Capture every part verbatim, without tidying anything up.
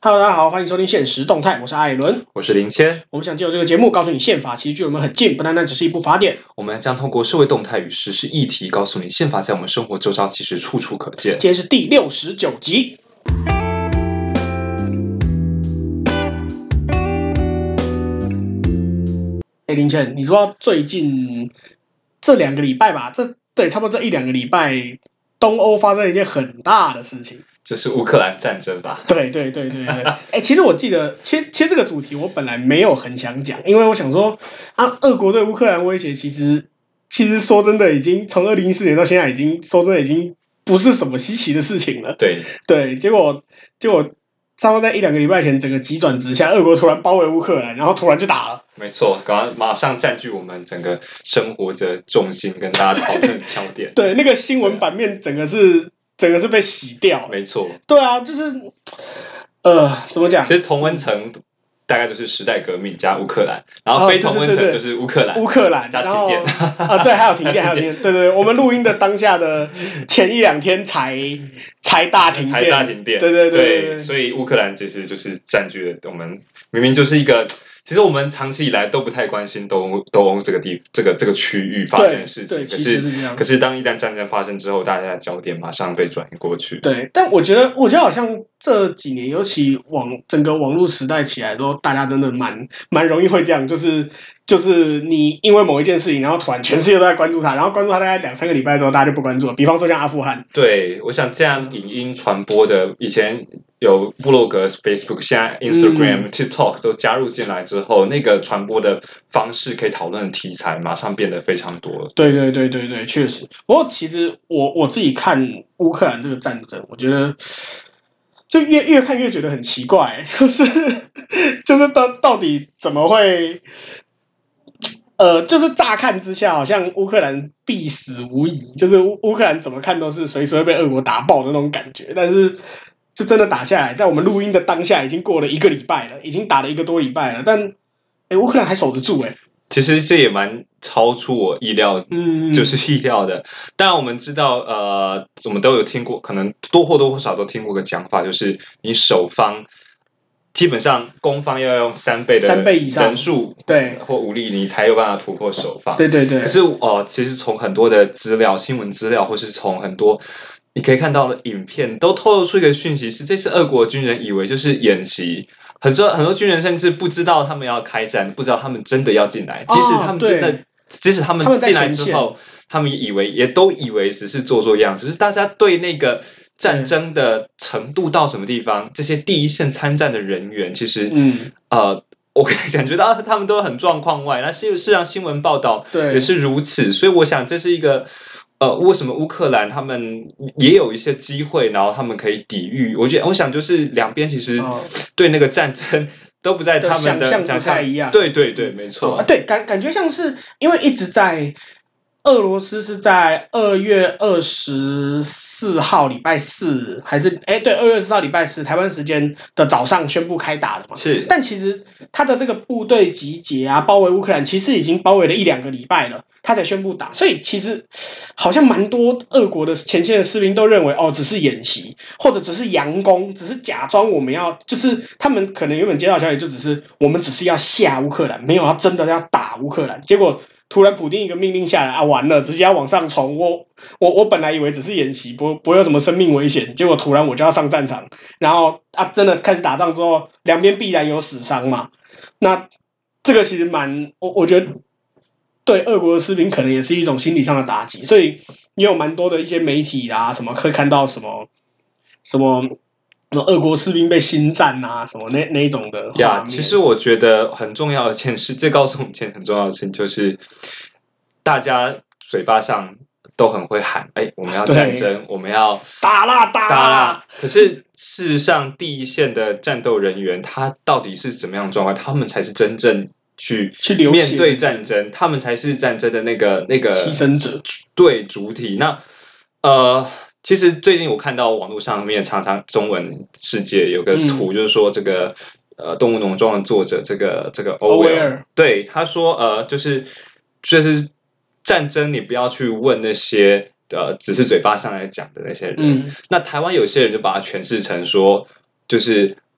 Hello， 大家好，欢迎收听现实动态，我是艾伦， 我是林谦。 我们想借由这个节目告诉你，宪法其实距我们很近，不单单只是一部法典。 我们将通过社会动态与时事议题，告诉你宪法在我们生活周遭其实处处可见。 今天是第六十九集。哎，林谦，你说最近这两个礼拜吧，这对差不多这一两个礼拜，东欧发生了一件很大的事情。 就是乌克兰战争吧？ 对对对对对，哎，其实我记得，其实其实这个主题我本来没有很想讲，因为我想说，啊，俄国对乌克兰威胁，其实其实说真的，已经从二零一四年到现在，已经说真的已经不是什么稀奇的事情了。 对对，结果结果差不多在一两个礼拜前，整个急转直下，俄国突然包围乌克兰，然后突然就打了。 没错，刚刚马上占据我们整个生活的重心，跟大家讨论的焦点。 对，那个新闻版面整个是。整个是被洗掉， 没错。 对啊，就是，呃，怎么讲？ 其实同温层大概就是时代革命加乌克兰，然后非同温层就是乌克兰， 乌克兰加停电啊，对，还有停电，还有停电，对对，我们录音的当下的前一两天才才大停电， 才大停电， 对对对对，所以乌克兰其实就是占据了我们明明就是一个。其实我们长期以来都不太关心东欧东欧这个地这个这个区域发生的事情，可是可是当一旦战争发生之后，大家的焦点马上被转移过去。 对，但我觉得我觉得好像这几年，尤其网整个网络时代起来之后，大家真的蛮蛮容易会这样，就是就是你因为某一件事情，然后突然全世界都在关注它，然后关注它大概两三个礼拜之后，大家就不关注了。比方说像阿富汗， 对，我想这样影音传播的以前。有部落格、Facebook， 现在 Instagram、TikTok 都加入进来之后，那个传播的方式可以讨论的题材马上变得非常多。 对对对对对，确实。不过其实我我自己看乌克兰这个战争，我觉得就越越看越觉得很奇怪，就是就是到到底怎么会？呃，就是乍看之下，好像乌克兰必死无疑，就是乌乌克兰怎么看都是随时会被俄国打爆的那种感觉，但是。就真的打下来，在我们录音的当下，已经过了一个礼拜了，已经打了一个多礼拜了，但哎，乌克兰还守得住哎。 其实这也蛮超出我意料，嗯，就是意料的。当然我们知道，呃，我们都有听过，可能多或多或少都听过个讲法，就是你守方基本上攻方要用三倍的三倍以上人数， 对， 或武力，你才有办法突破守方。 对对对。 可是呃，其实从很多的资料、新闻资料，或是从很多。你可以看到的影片都透露出一个讯息是，这次俄国军人以为就是演习，很多很多军人甚至不知道他们要开战，不知道他们真的要进来。即使他们真的，即使他们进来之后，他们以为也都以为只是做做样子。就是大家对那个战争的程度到什么地方，这些第一线参战的人员，其实，嗯，呃。我可以感觉到他们都很状况外，那事实上新闻报道也是如此，所以我想这是一个。呃，为什么乌克兰他们也有一些机会，然后他们可以抵御？我觉得，我想就是两边其实对那个战争都不在他们的想象不太一样。 对对对，没错。 哦、对，感感觉像是因为一直在俄罗斯是在二月二十四号礼拜四还是哎对二月二十四号礼拜四台湾时间的早上宣布开打的嘛？ 是。 但其实他的这个部队集结啊，包围乌克兰，其实已经包围了一两个礼拜了。他才宣布打，所以其实好像蛮多俄国的前线的士兵都认为，哦，只是演习，或者只是佯攻，只是假装我们要，就是他们可能原本接到消息就只是我们只是要下乌克兰，没有要真的要打乌克兰。结果突然普丁一个命令下来啊，完了，直接要往上冲。我我我本来以为只是演习，不不会有什么生命危险，结果突然我就要上战场，然后啊，真的开始打仗之后，两边必然有死伤嘛。那这个其实蛮，我我觉得。对俄国的士兵可能也是一种心理上的打击，所以也有蛮多的一些媒体啊，什么会看到什么什么什么俄国士兵被心战啊，什么那那一种的画面。 其实我觉得很重要的一件事，这告诉我们一件很重要的事情，就是大家嘴巴上都很会喊，哎，我们要战争，我们要打啦打啦。可是事实上，第一线的战斗人员他到底是怎么样的状况？他们才是真正。去去面对战争，他们才是战争的那个那个牺牲者， 对主体。那呃，其实最近我看到网络上面常常中文世界有个图，嗯、就是说这个呃《动物农庄》的作者这个这个欧威尔，对他说呃，就是就是战争，你不要去问那些呃只是嘴巴上来讲的那些人。嗯、那台湾有些人就把它诠释成说，就是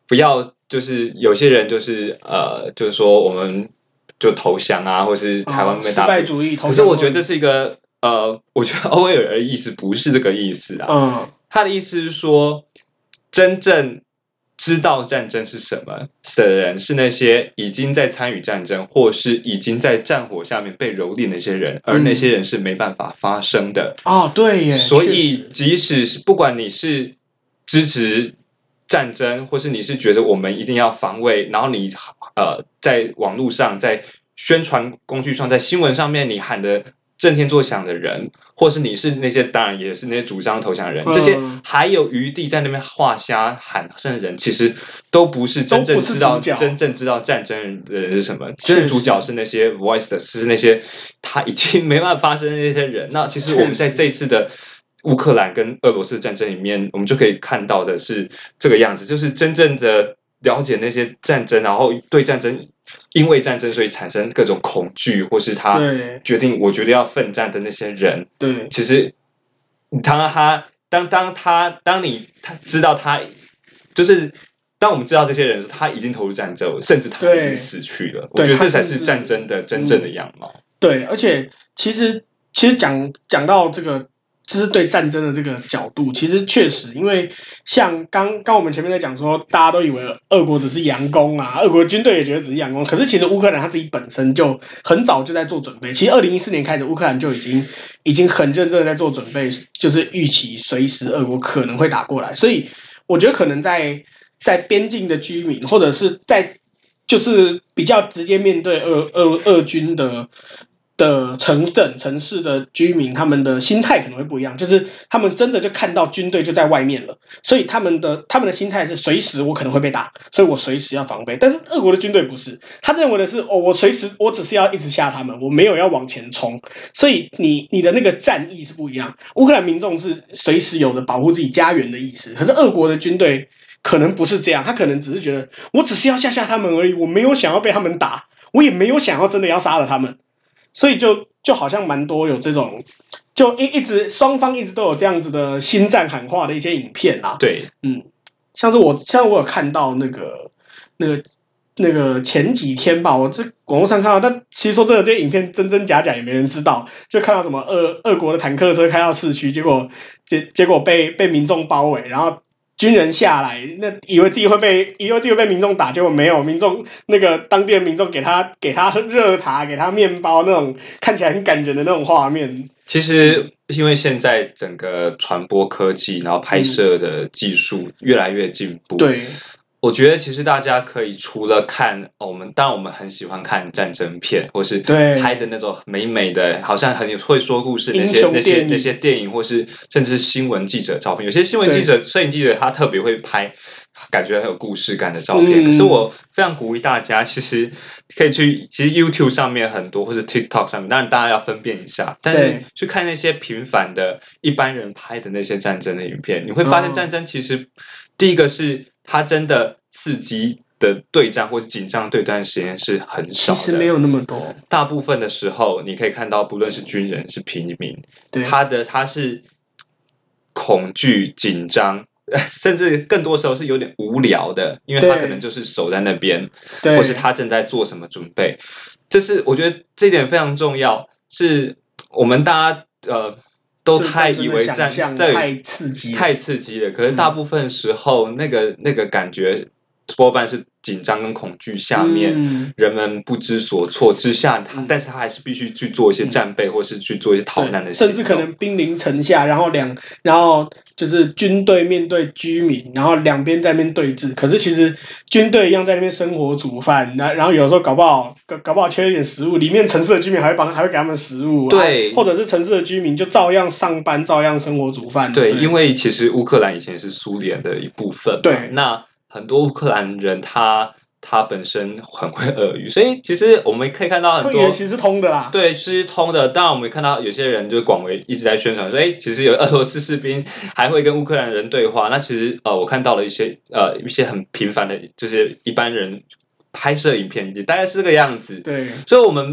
不要就是有些人就是呃，就是说我们就投降啊，或是台湾被打、 哦、失败主义， 可是我觉得这是一个呃，我觉得欧威尔的意思不是这个意思啊， 嗯， 他的意思是说，真正知道战争是什么的人，是那些已经在参与战争，或是已经在战火下面被蹂躏那些人，而那些人是没办法发声的。 哦，对耶， 所以即使是不管你是支持战争，或是你是觉得我们一定要防卫，然后你呃在网络上、在宣传工具上、在新闻上面你喊的震天作响的人，或是你是那些当然也是那些主张投降的人， 嗯、 这些还有余地在那边画瞎喊声的人，其实都不是真正知道真正知道战争的人是什么。真正主角是那些 voiceless， 是那些他已经没办法发声的那些人。那其实我们在这一次的乌克兰跟俄罗斯战争里面，我们就可以看到的是这个样子，就是真正的了解那些战争，然后对战争。因为战争，所以产生各种恐惧，或是他决定我觉得要奋战的那些人， 对， 其实当他当当他当你他知道他就是当我们知道这些人是他已经投入战争，甚至他已经死去了，我觉得这才是战争的真正的样貌。 嗯、对，而且其实其实讲讲到这个。就是对战争的这个角度，其实确实，因为像刚刚我们前面在讲说，大家都以为俄国只是佯攻啊，俄国军队也觉得只是佯攻，可是其实乌克兰他自己本身就很早就在做准备。其实二零一四年开始，乌克兰就已经已经很认真的在做准备，就是预期随时俄国可能会打过来。所以我觉得可能在在边境的居民，或者是在就是比较直接面对俄俄俄军的。的城镇、城市的居民，他们的心态可能会不一样，就是他们真的就看到军队就在外面了，所以他们的他们的心态是随时我可能会被打，所以我随时要防备。但是俄国的军队不是，他认为的是哦，我随时我只是要一直吓他们，我没有要往前冲，所以你你的那个战意是不一样。乌克兰民众是随时有的保护自己家园的意思，可是俄国的军队可能不是这样，他可能只是觉得我只是要吓吓他们而已，我没有想要被他们打，我也没有想要真的要杀了他们。所以就就好像蛮多有这种，就一一直双方一直都有这样子的心战喊话的一些影片啊。 对， 嗯，像是我像我有看到那个那个那个前几天吧，我在网络上看到，但其实说真的，这些影片真真假假也没人知道。就看到什么俄俄国的坦克车开到市区，结果结结果被被民众包围，然后。军人下来，那以为自己会被，以为自己会被民众打，结果没有，民众那个当地的民众给他给他热茶，给他面包，那种看起来很感人的那种画面。 其实，因为现在整个传播科技，然后拍摄的技术越来越进步， 对。 我觉得其实大家可以除了看、哦、我们，当然我们很喜欢看战争片，或是拍的那种美美的，好像很会说故事那些那些那些电影，或是甚至新闻记者照片。有些新闻记者、摄影记者他特别会拍，感觉很有故事感的照片。嗯、可是我非常鼓励大家，其实可以去，其实 YouTube 上面很多，或是 TikTok 上面，当然大家要分辨一下，但是去看那些平凡的一般人拍的那些战争的影片，你会发现战争其实、嗯、第一个是。它真的刺激的对战或是紧张对战时间是很少的， 其实没有那么多。 大部分的时候，你可以看到，不论是军人是平民，他的他是恐惧、紧张，甚至更多时候是有点无聊的，因为他可能就是守在那边，或是他正在做什么准备。这是我觉得这一点非常重要，是我们大家呃。都太以为战太刺激太刺激了，可是大部分时候、嗯、那个那个感觉多半是紧张跟恐惧下面、嗯、人们不知所措之下、嗯、但是他还是必须去做一些战备、嗯、或是去做一些逃难的行动， 甚至可能兵临城下，然后两然后就是军队面对居民，然后两边在那边对峙，可是其实军队一样在那边生活煮饭，然后有时候搞不好搞搞不好缺一点食物，里面城市的居民还会帮还会给他们食物， 对、 啊，或者是城市的居民就照样上班，照样生活煮饭。 对，对，因为其实乌克兰以前是苏联的一部分嘛， 对， 那很多乌克兰人他他本身很会俄语，所以其实我们可以看到很多语言其实是通的啦， 对，是通的。当然我们看到有些人就广为一直在宣传说，哎，其实有俄罗斯士兵还会跟乌克兰人对话。那其实呃，我看到了一些呃一些很平凡的，就是一般人拍摄影片，也大概是这个样子。 对， 所以我们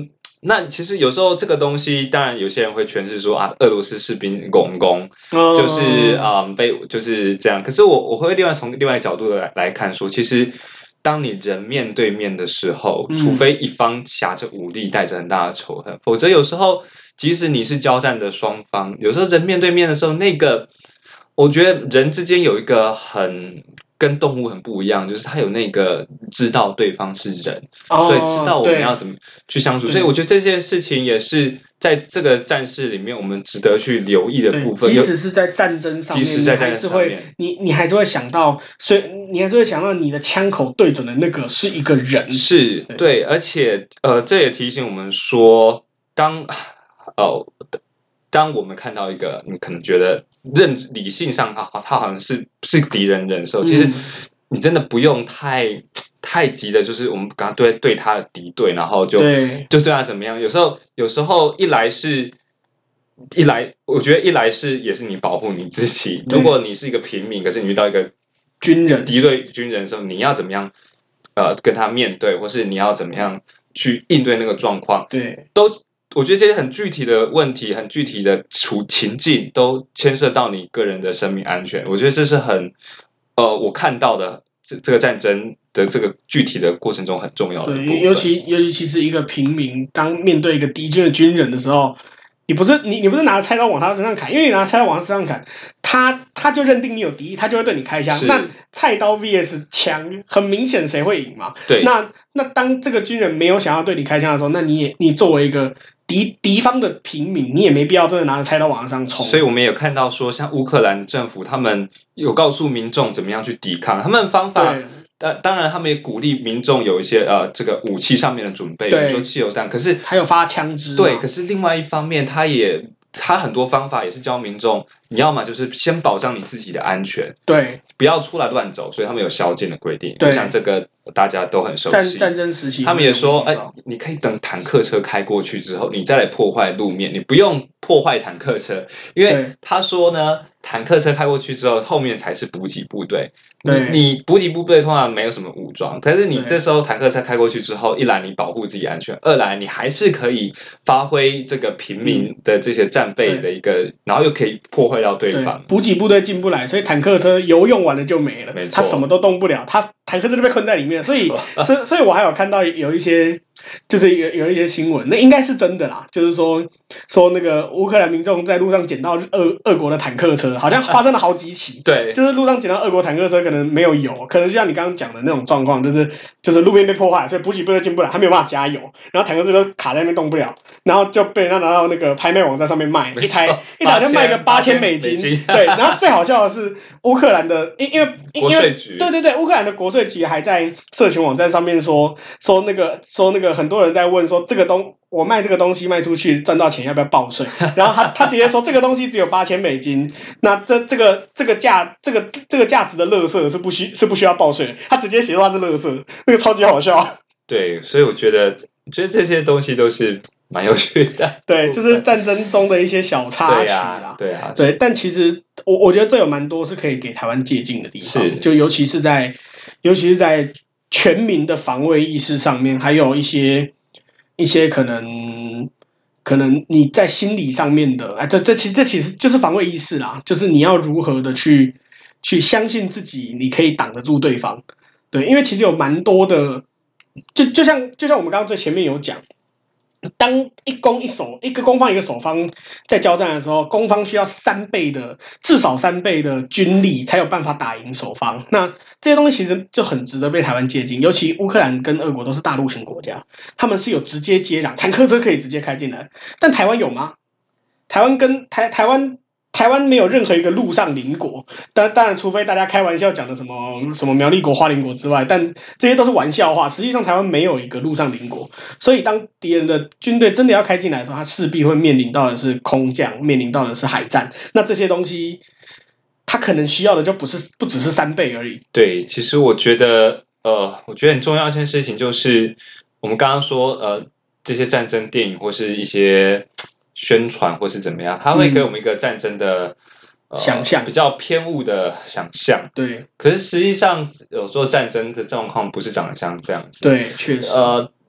那其实有时候这个东西，当然有些人会诠释说啊，俄罗斯士兵公公哦就是啊、嗯被就是这样。可是我我会另外从另外角度来来看说，其实当你人面对面的时候， 嗯除非一方挟着武力，带着很大的仇恨，否则有时候即使你是交战的双方，有时候人面对面的时候，那个我觉得人之间有一个很。跟动物很不一样，就是他有那个知道对方是人， 哦， 所以知道我们对要怎么去相处。 对所以我觉得这件事情也是在这个战事里面我们值得去留意的对， 部分。 即使是在战争上面， 即使在战你还是会争上面， 你你还是会想到，所以你还是会想到你的枪口对准的那个是一个人， 是对对，而且呃，这也提醒我们说，当呃，当我们看到一个你可能觉得认理性上他他好像是是敌人人的时候，其实嗯你真的不用太太急的，就是我们刚刚对对他的敌对，然后就对就对他怎么样？有时候有时候一来是。一来，我觉得一来是也是你保护你自己。 对如果你是一个平民，可是你遇到一个军人敌对军人的时候，你要怎么样呃跟他面对，或是你要怎么样去应对那个状况， 对都我觉得这些很具体的问题、很具体的处情境，都牵涉到你个人的生命安全。我觉得这是很呃我看到的这这个战争的这个具体的过程中很重要的一对， 部分。 尤其尤其其实一个平民当面对一个敌军的军人的时候，你不是你你不是拿着菜刀往他身上砍，因为你拿菜刀往他身上砍，他他就认定你有敌意，他就会对你开枪。 是那菜刀 V S 枪，很明显谁会赢嘛？ 对， 那那当这个军人没有想要对你开枪的时候，那你也你作为一个敌敌方的平民，你也没必要真的拿着菜刀往他身上冲。 所以我们也有看到说，像乌克兰的政府，他们有告诉民众怎么样去抵抗，他们的方法。 对当当然，他们也鼓励民众有一些呃这个武器上面的准备，比对如说汽油弹。可是还有发枪支嘛， 对，可是另外一方面，他也他很多方法也是教民众，你要么就是先保障你自己的安全， 对不要出来乱走。所以他们有宵禁的规定， 对我想这个大家都很熟悉。 战战争时期， 他们也说，哎、 哎， 你可以等坦克车开过去之后，你再来破坏路面，你不用破坏坦克车，因为对他说呢，坦克车开过去之后，后面才是补给部队。你对你补给部队通常没有什么武装，可是你对这时候坦克车开过去之后，一来你保护自己安全，二来你还是可以发挥这个平民的这些战备的一个，然后又可以破坏到对对方。 补给部队进不来，所以坦克车油用完了就没了， 没错他什么都动不了，他坦克车就被困在里面。所以，所以，所以我还有看到有一些，就是有有一些新闻，那应该是真的啦，就是说说那个乌克兰民众在路上捡到俄俄国的坦克车，好像发生了好几起。 对， 就是路上捡到俄国坦克车，可能没有油，可能就像你刚刚讲的那种状况，就是就是路面被破坏，所以补给部队进不来，他没有办法加油，然后坦克车就卡在那边动不了，然后就被人家拿到那个拍卖网站上面卖，一台一台就卖个八千美金，对，然后最好笑的是乌克兰的，因因为因为国税局对对对，乌克兰的国税局还在社群网站上面说说那个说那个很多人在问说这个东。我卖这个东西卖出去赚到钱要不要报税？然后他他直接说这个东西只有八千美金，那这这个这个价这个这个价值的垃圾是不需是不需要报税的。他直接写说它是垃圾，那个超级好笑。 对，所以我觉得觉得这些东西都是蛮有趣的。 对，就是战争中的一些小插曲啦。 对啊， 对，但其实我我觉得这有蛮多是可以给台湾借鉴的地方，就尤其是在尤其是在全民的防卫意识上面，还有一些。一些可能，可能你在心理上面的，哎，这这其实这其实就是防卫意识啦，就是你要如何的去去相信自己，你可以挡得住对方，对，因为其实有蛮多的，就就像就像我们刚刚最前面有讲。当一攻一守，一个攻方一个守方在交战的时候，攻方需要三倍的至少三倍的军力才有办法打赢守方。那这些东西其实就很值得被台湾借鉴，尤其乌克兰跟俄国都是大陆型国家，他们是有直接接壤，坦克车可以直接开进来，但台湾有吗？台湾跟台台湾。台湾没有任何一个陆上邻国，当当然，除非大家开玩笑讲的什么什么苗栗国、花莲国之外，但这些都是玩笑话。实际上，台湾没有一个陆上邻国，所以当敌人的军队真的要开进来的时候，他势必会面临到的是空降，面临到的是海战。那这些东西，他可能需要的就不是不只是三倍而已。 对，其实我觉得，呃，我觉得很重要一件事情就是，我们刚刚说，呃，这些战争电影或是一些。宣传或是怎么样，它会给我们一个战争的、 嗯呃、想象， 比较偏误的想象。 对， 可是实际上有时候战争的状况不是长得像这样子。 对，确实。 呃，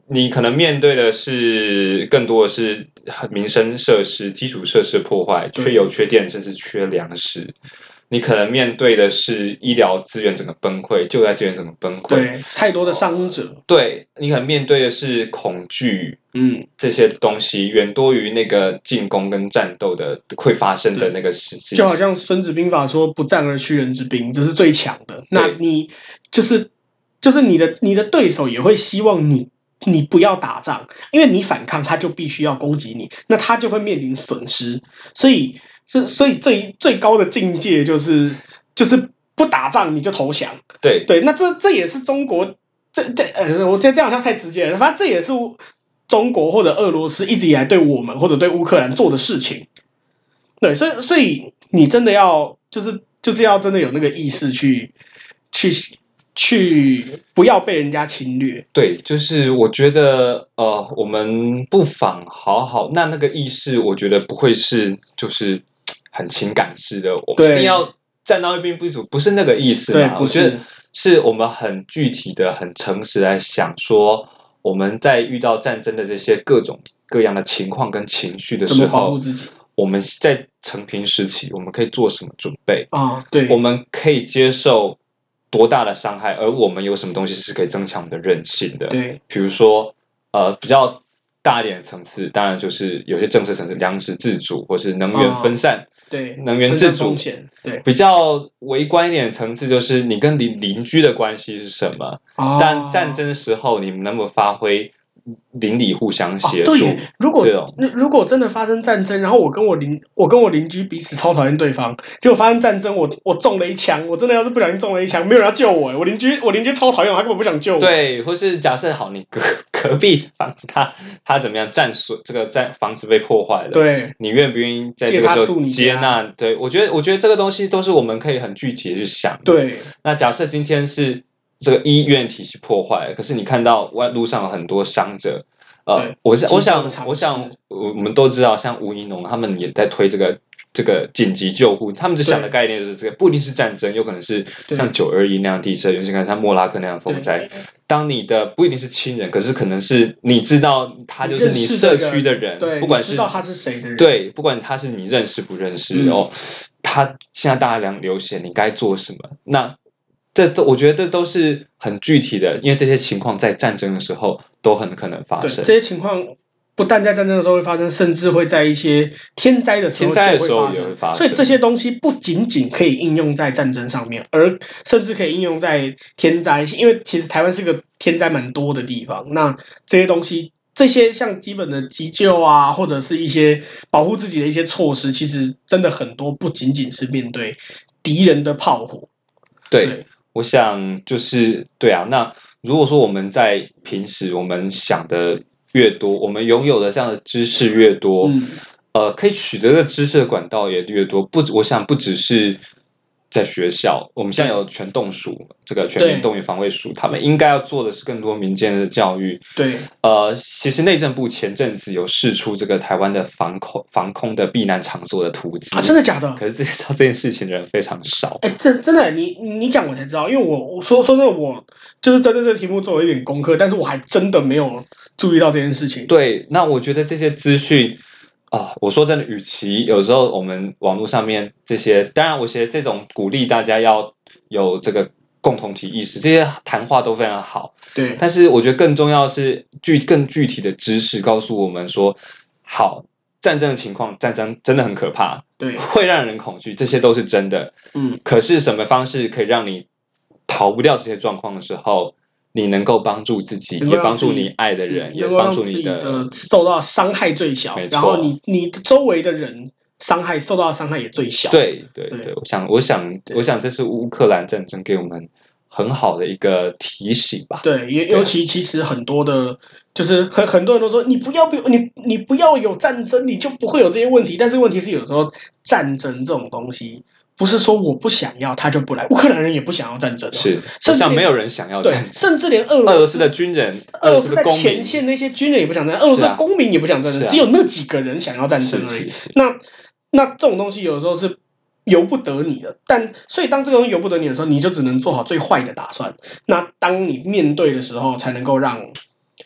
你可能面对的是更多的是民生设施、基础设施破坏，缺油、缺电，甚至缺粮食。你可能面对的是医疗资源整个崩溃，救灾资源整个崩溃， 对，太多的伤者。 呃、对你可能面对的是恐惧， 嗯， 这些东西远多于那个进攻跟战斗的会发生的那个实际。 就好像《孙子兵法》说“不战而屈人之兵”，这是最强的。那你就是就是你的你的对手也会希望你你不要打仗，因为你反抗他就必须要攻击你，那他就会面临损失。所以。是，所以最最高的境界就是就是不打仗你就投降。 对对，那这这也是中国这这呃，我觉得这样好像太直接了。反正这也是中国或者俄罗斯一直以来对我们或者对乌克兰做的事情。对，所以所以你真的要就是就是要真的有那个意识去去去不要被人家侵略。 对，就是我觉得呃，我们不妨好好那那个意识，我觉得不会是就是很情感式的，我们一定要站到一边不足，不是那个意思嘛？我觉得是我们很具体的、很诚实来想说，我们在遇到战争的这些各种各样的情况跟情绪的时候， 怎么保护自己？ 我们在承平时期，我们可以做什么准备啊？对， 我们可以接受多大的伤害，而我们有什么东西是可以增强我们的韧性的？ 对， 比如说，呃，比较大一点的层次，当然就是有些政策层次，粮食自主或是能源分散， 哦、对， 能源自主， 对， 比较微观一点的层次就是你跟邻邻居的关系是什么？ 哦、 但战争时候你们能不能发挥？邻里互相协助、 哦。对，如果如果真的发生战争，然后我跟我邻我跟我邻居彼此超讨厌对方，结果发生战争，我我中了一枪，我真的要是不小心中了一枪，没有人要救我，我邻居我邻居超讨厌我，他根本不想救我。 对，或是假设好，你隔隔壁房子他他怎么样战损，这个战房子被破坏了， 对， 你愿不愿意在这个时候接纳？对，我觉得我觉得这个东西都是我们可以很具体的去想。 对， 那假设今天是这个医院体系破坏，可是你看到外路上有很多伤者。呃，我我想，我想，我们都知道，像吴怡农他们也在推这个这个紧急救护，他们就想的概念就是这个，不一定是战争，有可能是像九二一那样地震，尤其看像莫拉克那样风灾。当你的不一定是亲人，可是可能是你知道他就是你社区的人， 对， 不管是知道他是谁的人， 对，不管他是你认识不认识、嗯、哦，他现在大量流血，你该做什么？那。这都我觉得这都是很具体的，因为这些情况在战争的时候都很可能发生。 对，这些情况不但在战争的时候会发生，甚至会在一些天灾的时候就会发生。 会发生所以这些东西不仅仅可以应用在战争上面，而甚至可以应用在天灾，因为其实台湾是个天灾蛮多的地方。那这些东西，这些像基本的急救啊，或者是一些保护自己的一些措施，其实真的很多，不仅仅是面对敌人的炮火。 对。对，我想就是对啊，那如果说我们在平时我们想的越多，我们拥有的这样的知识越多， 嗯、 呃，可以取得的知识的管道也越多。不，我想不只是在学校，我们现在有全动署这个全民动员防卫署，他们应该要做的是更多民间的教育。 对， 呃，其实内政部前阵子有释出这个台湾的防空防空的避难场所的图资啊，真的假的？ 可是知道这件事情的人非常少。 哎，真真的，你你讲我才知道，因为我我说说真的，我就是针对这个题目做了一点功课，但是我还真的没有注意到这件事情。 对，那我觉得这些资讯。啊，我说真的，与其有时候我们网络上面这些，当然我觉得这种鼓励大家要有这个共同体意识，这些谈话都非常好。 对， 但是我觉得更重要的是具更具体的知识告诉我们说，好，战争的情况，战争真的很可怕， 对， 会让人恐惧，这些都是真的。 嗯， 可是什么方式可以让你逃不掉这些状况的时候？你能够帮助自己，也帮助你爱的人，也帮助你的受到伤害最小，然后你你周围的人伤害受到的伤害也最小。 对对对，我想我想我想这是乌克兰战争给我们很好的一个提醒吧。 对，尤尤其其实很多的，就是很很多人都说你不要不你你不要有战争，你就不会有这些问题。但是问题是有时候战争这种东西。不是说我不想要，他就不来。乌克兰人也不想要战争， 是，好像没有人想要战争， 甚至连俄俄罗斯的军人、 俄罗斯在前线那些军人也不想战争，俄罗斯的公民也不想战争，只有那几个人想要战争而已。那那这种东西有时候是由不得你的，但所以当这个东西由不得你的时候，你就只能做好最坏的打算。那当你面对的时候，才能够让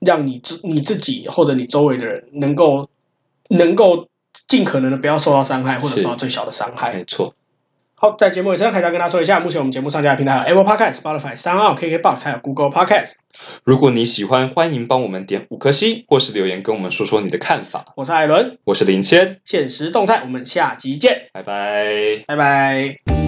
让你自你自己或者你周围的人能够能够尽可能的不要受到伤害，或者受到最小的伤害。 没错。 好，在节目尾声还是要跟大家说一下，目前我们节目上架的平台有 Apple Podcast、Spotify、SoundOn、K K Box 还有 Google Podcast。 如果你喜欢，欢迎帮我们点五颗星，或是留言跟我们说说你的看法。 我是艾伦， 我是林谦， 现实动态，我们下集见， 拜拜， 拜拜。